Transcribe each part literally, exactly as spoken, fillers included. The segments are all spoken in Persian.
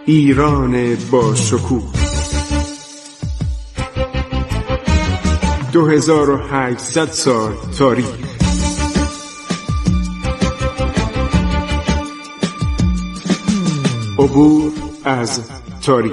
ایران با شکوه دو هزار و هشتصد سال تاریخ. عبور از تاریخ.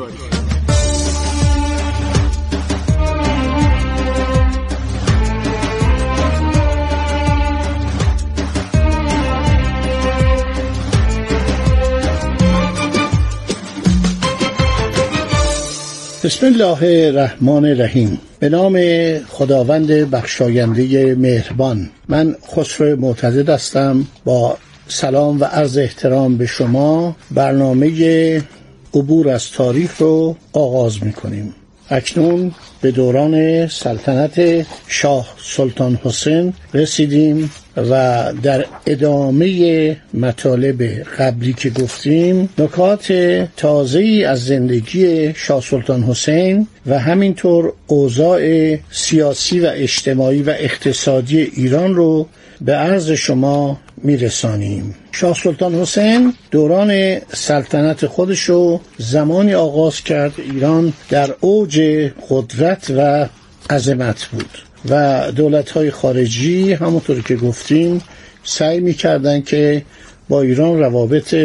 بسم الله الرحمن الرحیم. به نام خداوند بخشاینده مهربان. من خسرو معتضد هستم. با سلام و عرض احترام به شما برنامه عبور از تاریخ رو آغاز می‌کنیم. اکنون به دوران سلطنت شاه سلطان حسین رسیدیم و در ادامه مطالب قبلی که گفتیم نکات تازه‌ای از زندگی شاه سلطان حسین و همینطور اوضاع سیاسی و اجتماعی و اقتصادی ایران رو به عرض شما میرسانیم. شاه سلطان حسین دوران سلطنت خودشو زمانی آغاز کرد ایران در اوج قدرت و عظمت بود و دولت‌های خارجی همونطور که گفتیم سعی می‌کردن که با ایران روابط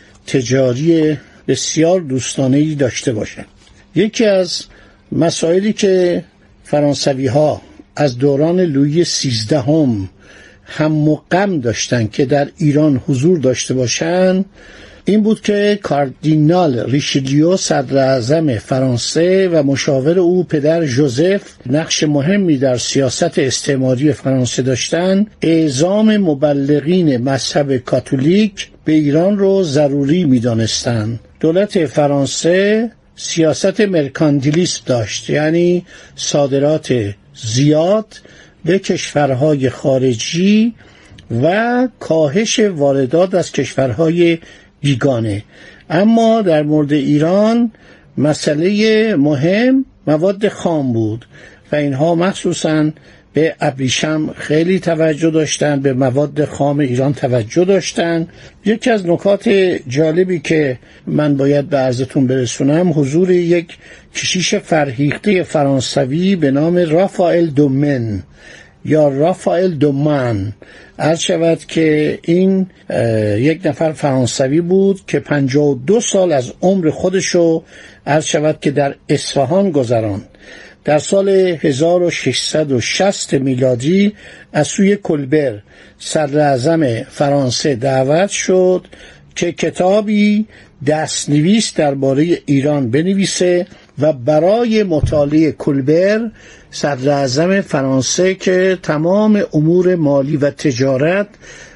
تجاری بسیار دوستانه‌ای داشته باشند. یکی از مسائلی که فرانسوی‌ها از دوران لویی سیزدهم هم و غم داشتن که در ایران حضور داشته باشند این بود که کاردینال ریشلیو صدر اعظم فرانسه و مشاور او پدر ژوزف نقش مهمی در سیاست استعماری فرانسه داشتند. اعزام مبلغین مذهب کاتولیک به ایران رو ضروری می‌دانستند. دولت فرانسه سیاست مرکانتیلیسم داشت، یعنی صادرات زیاد به کشورهای خارجی و کاهش واردات از کشورهای بیگانه. اما در مورد ایران مسئله مهم مواد خام بود و اینها مخصوصاً به ابریشم خیلی توجه داشتن، به مواد خام ایران توجه داشتن. یکی از نکات جالبی که من باید به عرضتون برسونم حضور یک کشیش فرهیخته فرانسوی به نام رافائل دومن یا رافائل دومان عرض شود که این یک نفر فرانسوی بود که پنجاه و دو سال از عمر خودشو عرض شود که در اصفهان گذراند. در سال هزار و ششصد و شصت میلادی از سوی کلبر صدر اعظم فرانسه دعوت شد که کتابی دستنویس درباره ایران بنویسه و برای مطالعه کلبر صدر اعظم فرانسه که تمام امور مالی و تجارت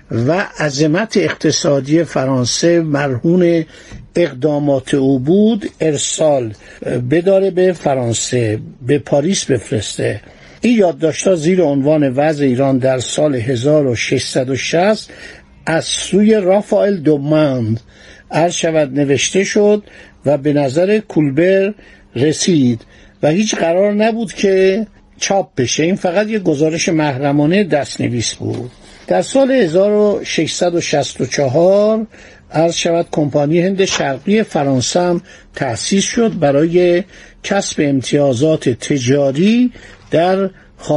و عظمت اقتصادی فرانسه مرهون اقدامات او بود ارسال بداره به فرانسه، به پاریس بفرسته. این یادداشت‌ها زیر عنوان وضع ایران در سال هزار و ششصد و شصت از سوی رافائل دومان عرض شود نوشته شد و به نظر کلبر رسید و هیچ قرار نبود که چاپ بشه. این فقط یک گزارش محرمانه دستنویس بود. در سال هزار و ششصد و شصت و چهار عرض شود کمپانی هند شرقی فرانسه هم تأسیس شد برای کسب امتیازات تجاری در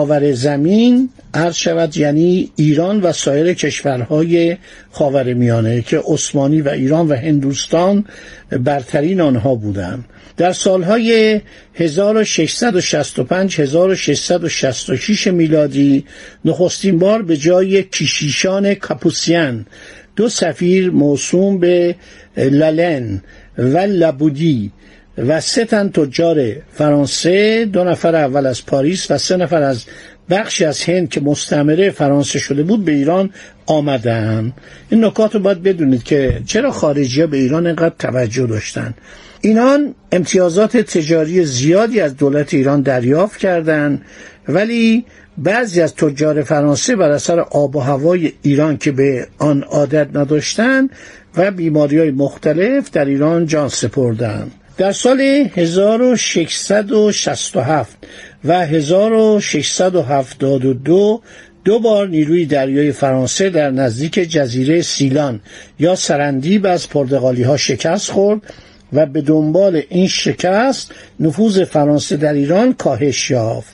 خاورزمین عرض شود، یعنی ایران و سایر کشورهای خاورمیانه که عثمانی و ایران و هندوستان برترین آنها بودند. در سالهای هزار و ششصد و شصت و پنج هزار و ششصد و شصت و شش میلادی نخستین بار به جای کشیشان کاپوسین دو سفیر موسوم به لالن و لابودی و سه تن تجار فرانسه، دو نفر اول از پاریس و سه نفر از بخشی از هند که مستعمره فرانسه شده بود به ایران آمدن. این نکات رو باید بدونید که چرا خارجی‌ها به ایران اینقدر توجه داشتن. اینان امتیازات تجاری زیادی از دولت ایران دریافت کردند، ولی بعضی از تجار فرانسه بر اثر آب و هوای ایران که به آن عادت نداشتند و بیماری‌های مختلف در ایران جان سپردند. در سال هزار و ششصد و شصت و هفت و هزار و ششصد و هفتاد و دو دو بار نیروی دریایی فرانسه در نزدیک جزیره سیلان یا سرندیب از پرتغالی‌ها شکست خورد و به دنبال این شکست نفوذ فرانسه در ایران کاهش یافت.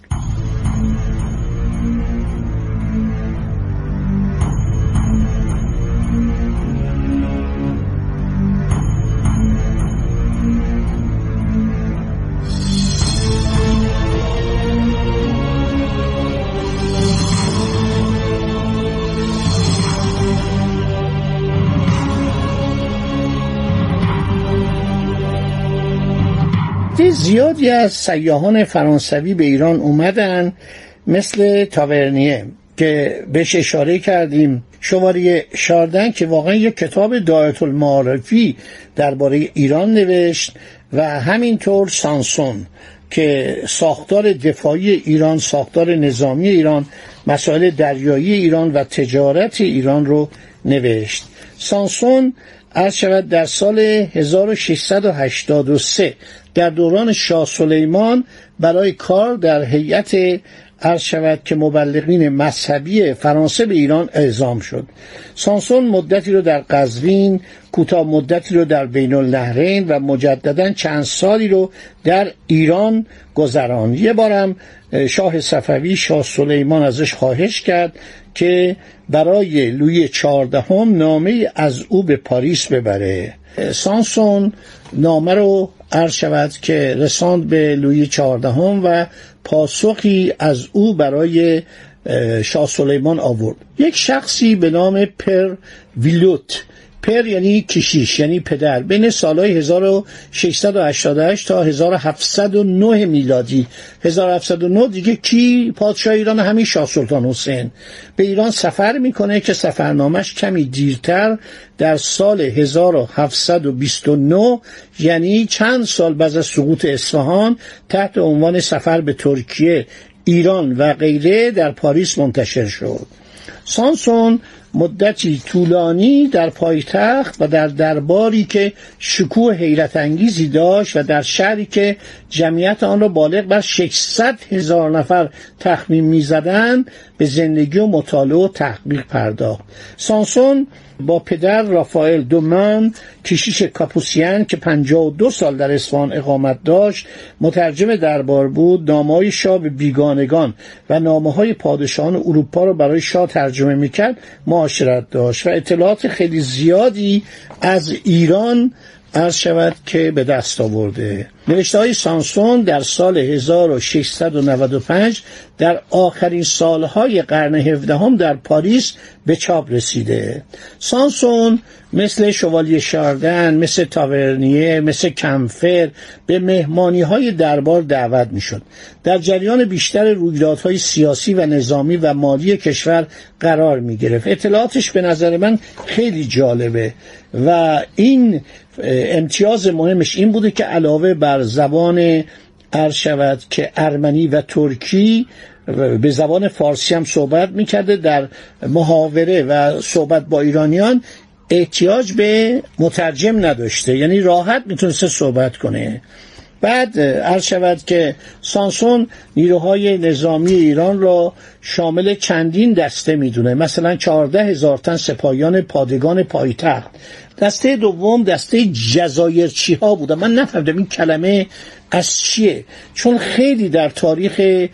زیادی از سیاحان فرانسوی به ایران اومدن، مثل تاورنیه که بهش اشاره کردیم، شوالیه شاردن که واقعا یک کتاب دایره المعارفی درباره ایران نوشت، و همینطور سانسون که ساختار دفاعی ایران، ساختار نظامی ایران، مسائل دریایی ایران و تجارت ایران رو نوشت. سانسون عرض شود در سال هزار و ششصد و هشتاد و سه در دوران شاه سلیمان برای کار در هیئت عرض شود که مبلغین مذهبی فرانسه به ایران اعزام شد. سانسون مدتی رو در قزوین، کوتاه مدتی رو در بین النهرین و مجددا چند سالی رو در ایران گذراند. یه بارم شاه صفوی، شاه سلیمان ازش خواهش کرد که برای لویی چهاردهم نامه از او به پاریس ببره. سانسون نامه رو عرض شود که رساند به لویی چهاردهم و پاسخی از او برای شاه سلیمان آورد. یک شخصی به نام پر ویلوت، پر یعنی کشیش، یعنی پدر، بین سالهای هزار و ششصد و هشتاد و هشت تا هزار و هفتصد و نه میلادی، هزار و هفتصد و نه دیگه کی پادشاه ایران؟ همین شاه سلطان حسین به ایران سفر میکنه که سفرنامش کمی دیرتر در سال هزار و هفتصد و بیست و نه، یعنی چند سال بعد از سقوط اصفهان، تحت عنوان سفر به ترکیه، ایران و غیره در پاریس منتشر شد. سانسون مدتی طولانی در پایتخت و در درباری که شکوه حیرت انگیزی داشت و در شهری که جمعیت آن را بالغ بر ششصد هزار نفر تخمین می‌زدند به زندگی و مطالعه و تحقیق پرداخت. سانسون با پدر رافائل دومان، کشیش کاپوسین که پنجاه و دو سال در اصفهان اقامت داشت، مترجم دربار بود، نامه‌های شاه به بیگانگان و نامه‌های پادشاهان اروپا را برای شاه ترجمه می‌کرد، معاشرت داشت و اطلاعات خیلی زیادی از ایران عرض شود که به دست آورده. نوشته‌های سانسون در سال هزار و ششصد و نود و پنج در آخرین سالهای قرن هفدهم در پاریس به چاپ رسیده. سانسون مثل شوالیه شاردن، مثل تاورنیه، مثل کمفر به مهمانی‌های دربار دعوت می‌شد. در جریان بیشتر رویدادهای سیاسی و نظامی و مالی کشور قرار می‌گرفت. اطلاعاتش به نظر من خیلی جالبه و این امتیاز مهمش این بوده که علاوه بر زبان عرض شود که ارمنی و ترکی به زبان فارسی هم صحبت میکرده. در محاوره و صحبت با ایرانیان احتیاج به مترجم نداشته، یعنی راحت میتونسته صحبت کنه. بعد عرض شود که سانسون نیروهای نظامی ایران را شامل چندین دسته میدونه، مثلا چهارده هزار تن سپاهیان پادگان پایتخت. دسته دوم دسته جزایرچی ها بودن. من نفهمیدم این کلمه از چیه، چون خیلی در تاریخ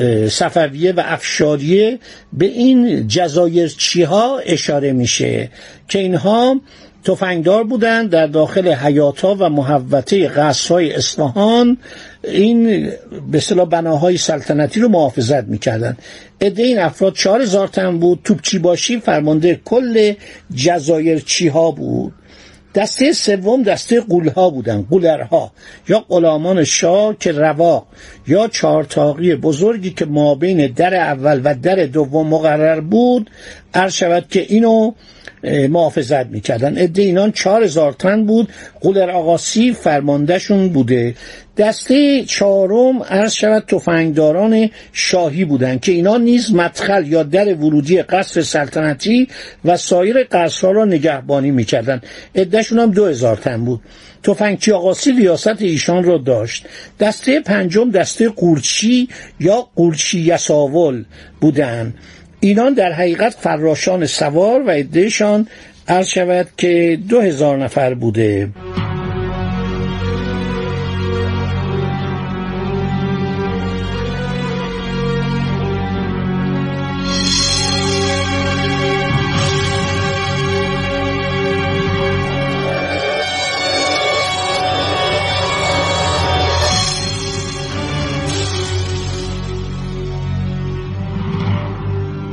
صفویه و افشاریه به این جزایرچی ها اشاره میشه که اینها تفنگدار بودن، در داخل حیاط‌ها و محوطه قصرهای اصفهان این به اصطلاح بناهای سلطنتی رو محافظت می‌کردن. عده این افراد چهار هزار تن بود. توپچی باشی فرمانده کل جزایرچی ها بود. دسته سوم دسته غول‌ها بودن، غولرها یا غلامان شاه که رواق یا چهارتاقی بزرگی که مابین در اول و در دوم مقرر بود عرض شود که اینو محافظت میکردن. عده اینان چهار هزار تن بود. غولر آقاسی فرماندهشون بوده. دسته چهارم عرض شود تفنگداران شاهی بودن که اینا نیز مدخل یا در ورودی قصر سلطنتی و سایر قصرها را نگهبانی میکردن. عدهشون هم دو هزار تن بود. تفنگچی آقاسی ریاست ایشان را داشت. دسته پنجم دسته قورچی یا قورچی یساول بودن. اینان در حقیقت فراشان سوار و عدهشان عرض شود که دو هزار نفر بوده.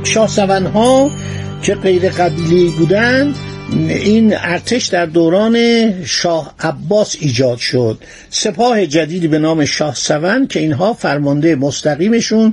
شاهسوارها که غیر قبیله‌ای بودند، این ارتش در دوران شاه عباس ایجاد شد. سپاه جدیدی به نام شاهسوار که اینها فرمانده مستقیمشون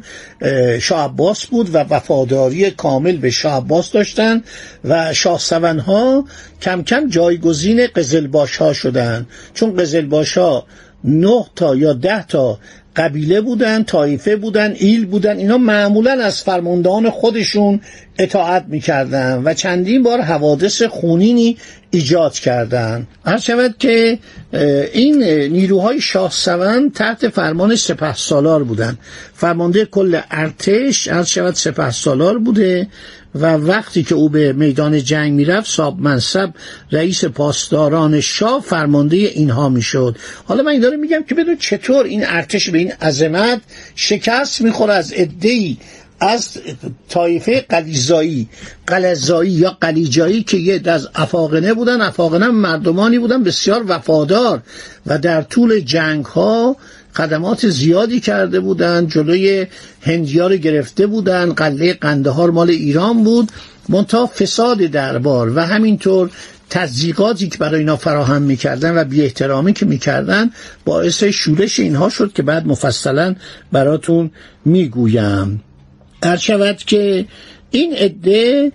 شاه عباس بود و وفاداری کامل به شاه عباس داشتن و شاهسوارها کم کم جایگزین قزلباش‌ها شدند، چون قزلباش‌ها نه تا یا ده تا قبیله بودن، طایفه بودن، ایل بودن، اینا معمولا از فرماندهان خودشون اطاعت میکردن و چندین بار حوادث خونینی ایجاد کردن. هر شود که این نیروهای شاهسوار تحت فرمان سپهسالار بودن. فرمانده کل ارتش هر شود سپهسالار بوده و وقتی که او به میدان جنگ میرفت صاحب منصب رئیس پاسداران شاه فرمانده اینها میشد. حالا من این داره میگم که بدون چطور این ارتش به این عظمت شکست میخوره از عده‌ای از طایفه قلیزایی قلزایی یا قلیجایی که یه از افاقنه بودن. افاقنه مردمانی بودن بسیار وفادار و در طول جنگ ها خدمات زیادی کرده بودن، جلوی هندیا رو گرفته بودن، قلعه قندهار مال ایران بود، منتها فساد دربار و همینطور تضییقاتی که برای اینا فراهم میکردن و بی احترامی که میکردن باعث شورش اینها شد که بعد مفصلا براتون میگویم. عرض شود که این عده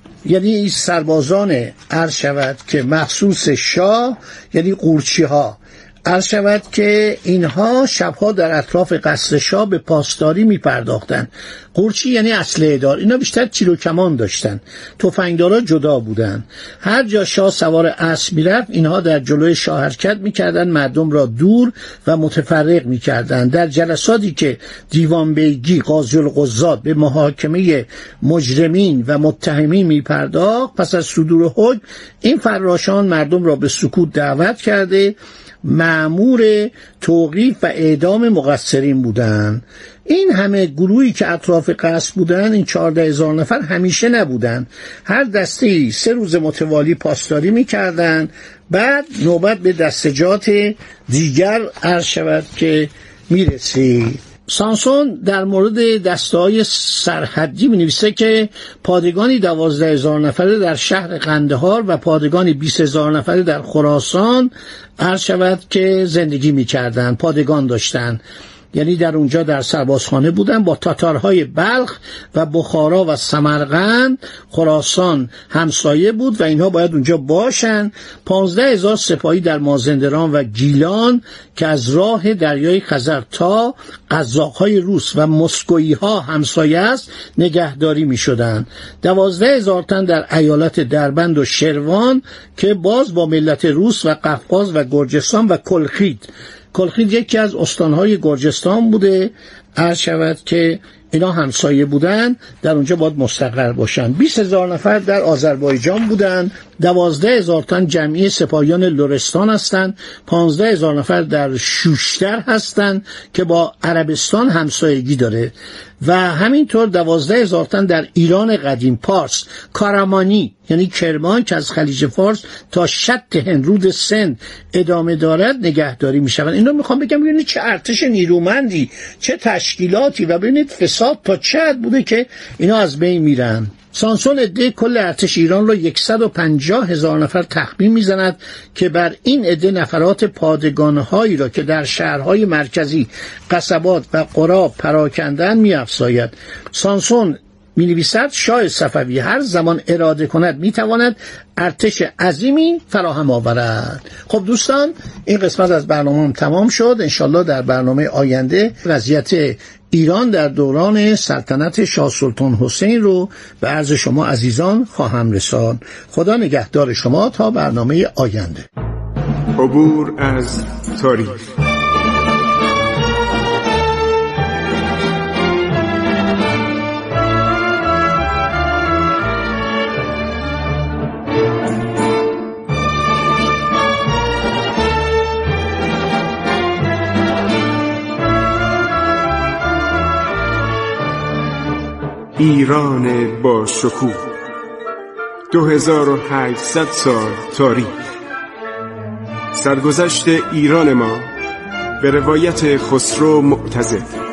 یعنی سربازان عرض شود که مخصوص شاه یعنی قورچی ها، عرض شود که اینها شبها در اطراف قصر شاه به پاسداری می پرداختن. قورچی یعنی اسلحه دار، اینا بیشتر تیر و کمان داشتن، تفنگدارا جدا بودن. هر جا شاه سوار اسب می رفت اینها در جلوی شاه حرکت می کردن، مردم را دور و متفرق می کردن. در جلساتی که دیوان بیگی قاضی القضات به محاکمه مجرمین و متهمین می پرداخت، پس از صدور حکم این فراشان مردم را به سکوت دعوت کرده مأمور توقیف و اعدام مقصرین بودند. این همه گروهی که اطراف قصر بودن، این چهارده هزار نفر، همیشه نبودن. هر دسته‌ای سه روز متوالی پاسداری می‌کردند، بعد نوبت به دستجات دیگر عرض شود که می‌رسید. سانسون در مورد دسته‌های سرحدی می‌نویسه که پادگانی دوازده هزار نفره در شهر قندهار و پادگانی بیست هزار نفره در خراسان عرض شود که زندگی می‌کردند، پادگان داشتند. یعنی در اونجا در سربازخانه بودن. با تاتارهای بلخ و بخارا و سمرقند خراسان همسایه بود و اینها باید اونجا باشن. پانزده هزار سپاهی در مازندران و گیلان که از راه دریای خزر تا قزاق‌های روس و مسکویی ها همسایه است نگهداری می شدن. دوازده هزار تن در ایالت دربند و شروان که باز با ملت روس و قفقاز و گرجستان و کلخید. کلخید یکی از استانهای گرجستان بوده، عرض شود که اینا همسایه بودن، در اونجا باید مستقر باشن. بیست هزار نفر در آذربایجان بودن، دوازده هزار تن جمعی سپاهیان لرستان هستند، پانزده هزار نفر در شوشتر هستند که با عربستان همسایگی داره و همینطور دوازده هزار تن در ایران قدیم پارس، کارامانی یعنی کرمان که از خلیج فارس تا شط هندرود سند ادامه دارد نگهداری می شوند. اینو میخوام بگم ببینید چه ارتش نیرومندی، چه تشکیلاتی و ببینید فساد تا چه حد بوده که اینا از بین میرن. سانسون عده کل ارتش ایران را صد و پنجاه هزار نفر تخمین میزند که بر این عده نفرات پادگانهایی را که در شهرهای مرکزی، قصبات و قرى پراکندن میافزاید. سانسون می نویسد شاه صفوی هر زمان اراده کند می تواند ارتش عظیمی فراهم آورد. خب دوستان، این قسمت از برنامه هم تمام شد. انشالله در برنامه آینده وضعیت ایران در دوران سلطنت شاه سلطان حسین رو به عرض شما عزیزان خواهم رساند. خدا نگهدار شما تا برنامه آینده. عبور از تاریخ. ایران با شکوه، دو هزار و هشتصد سال تاریخ. سرگذشت ایران ما به روایت خسرو معتضد.